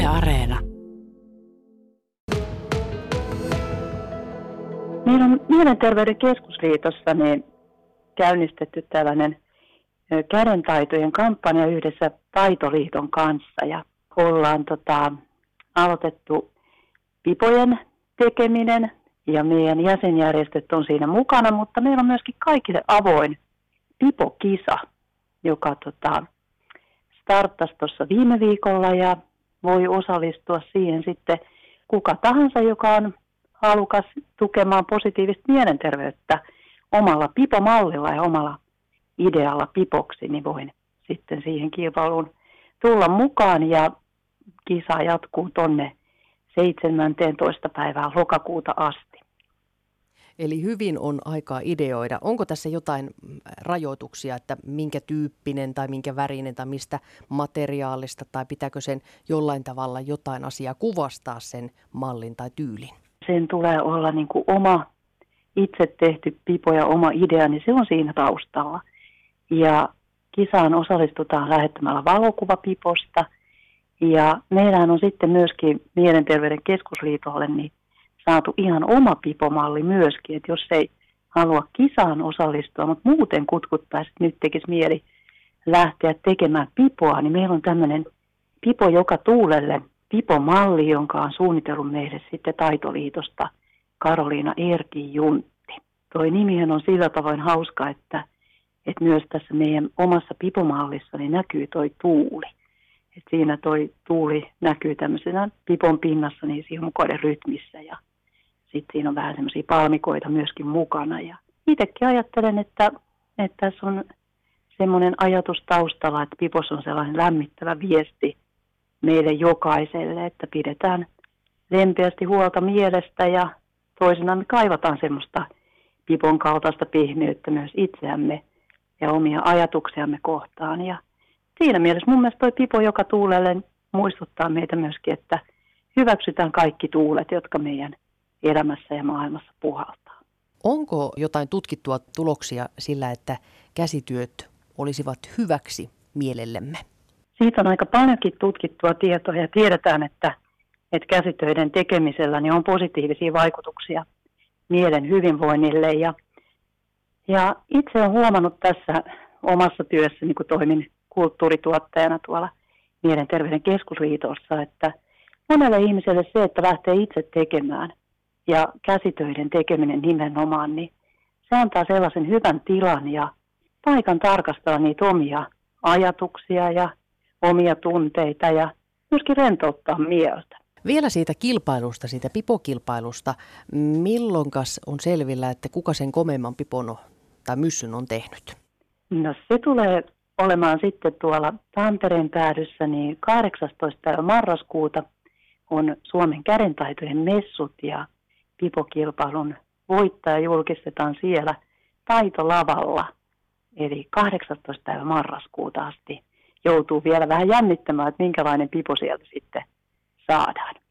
Yle Areena. Meillä on Mielenterveyden keskusliitossa käynnistetty tällainen kädentaitojen kampanja yhdessä Taitoliiton kanssa. Ja ollaan aloitettu pipojen tekeminen ja meidän jäsenjärjestöt on siinä mukana, mutta meillä on myöskin kaikille avoin pipokisa, joka starttasi tuossa viime viikolla ja voi osallistua siihen sitten kuka tahansa, joka on halukas tukemaan positiivista mielenterveyttä omalla pipomallilla ja omalla idealla pipoksi, niin voin sitten siihen kilpailuun tulla mukaan ja kisa jatkuu tonne 17. päivään lokakuuta asti. Eli hyvin on aikaa ideoida. Onko tässä jotain rajoituksia, että minkä tyyppinen tai minkä värinen tai mistä materiaalista tai pitääkö sen jollain tavalla jotain asiaa kuvastaa sen mallin tai tyylin? Sen tulee olla niin kuin oma itse tehty pipo ja oma idea, niin se on siinä taustalla. Ja kisaan osallistutaan lähettämällä valokuvapiposta. Ja meillähän on sitten myöskin Mielenterveyden keskusliitolle niin saatu ihan oma pipomalli myöskin, että jos ei halua kisaan osallistua, mutta muuten kutkuttaisi, että nyt tekisi mieli lähteä tekemään pipoa, niin meillä on tämmöinen pipo joka tuulelle pipomalli, jonka on suunnitellut meille sitten Taitoliitosta Karoliina Erki-Juntti. Toi nimihän on sillä tavoin hauska, että myös tässä meidän omassa pipomallissa niin näkyy toi tuuli. Et siinä toi tuuli näkyy tämmöisenä pipon pinnassa niin mukainen rytmissä ja sitten siinä on vähän semmoisia palmikoita myöskin mukana. Ja itsekin ajattelen, että tässä on semmoinen ajatus taustalla, että pipos on sellainen lämmittävä viesti meille jokaiselle, että pidetään lempeästi huolta mielestä ja toisinaan me kaivataan semmoista pipon kaltaista pehmeyttä myös itseämme ja omia ajatuksiamme kohtaan. Ja siinä mielessä mun mielestä toi pipo joka tuulelle muistuttaa meitä myöskin, että hyväksytään kaikki tuulet, jotka meidän elämässä ja maailmassa puhaltaa. Onko jotain tutkittua tuloksia sillä, että käsityöt olisivat hyväksi mielellemme? Siitä on aika paljonkin tutkittua tietoa ja tiedetään, että käsitöiden tekemisellä niin on positiivisia vaikutuksia mielen hyvinvoinnille. Ja itse olen huomannut tässä omassa työssäni, kun toimin kulttuurituottajana tuolla Mielenterveyden keskusliitossa, että monelle ihmiselle se, että lähtee itse tekemään ja käsitöiden tekeminen nimenomaan, niin se antaa sellaisen hyvän tilan ja paikan tarkastella niitä omia ajatuksia ja omia tunteita ja myöskin rentouttaa mieltä. Vielä siitä kilpailusta, siitä pipokilpailusta, milloinkas on selvillä, että kuka sen komeimman pipon tai myssyn on tehnyt? No se tulee olemaan sitten tuolla Tampereen päädyssä, niin 18. päivä marraskuuta on Suomen kädentaitojen messut ja pipokilpailun voittaja julkistetaan siellä taitolavalla. Eli 18. päivä marraskuuta asti joutuu vielä vähän jännittämään, että minkälainen pipo sieltä sitten saadaan.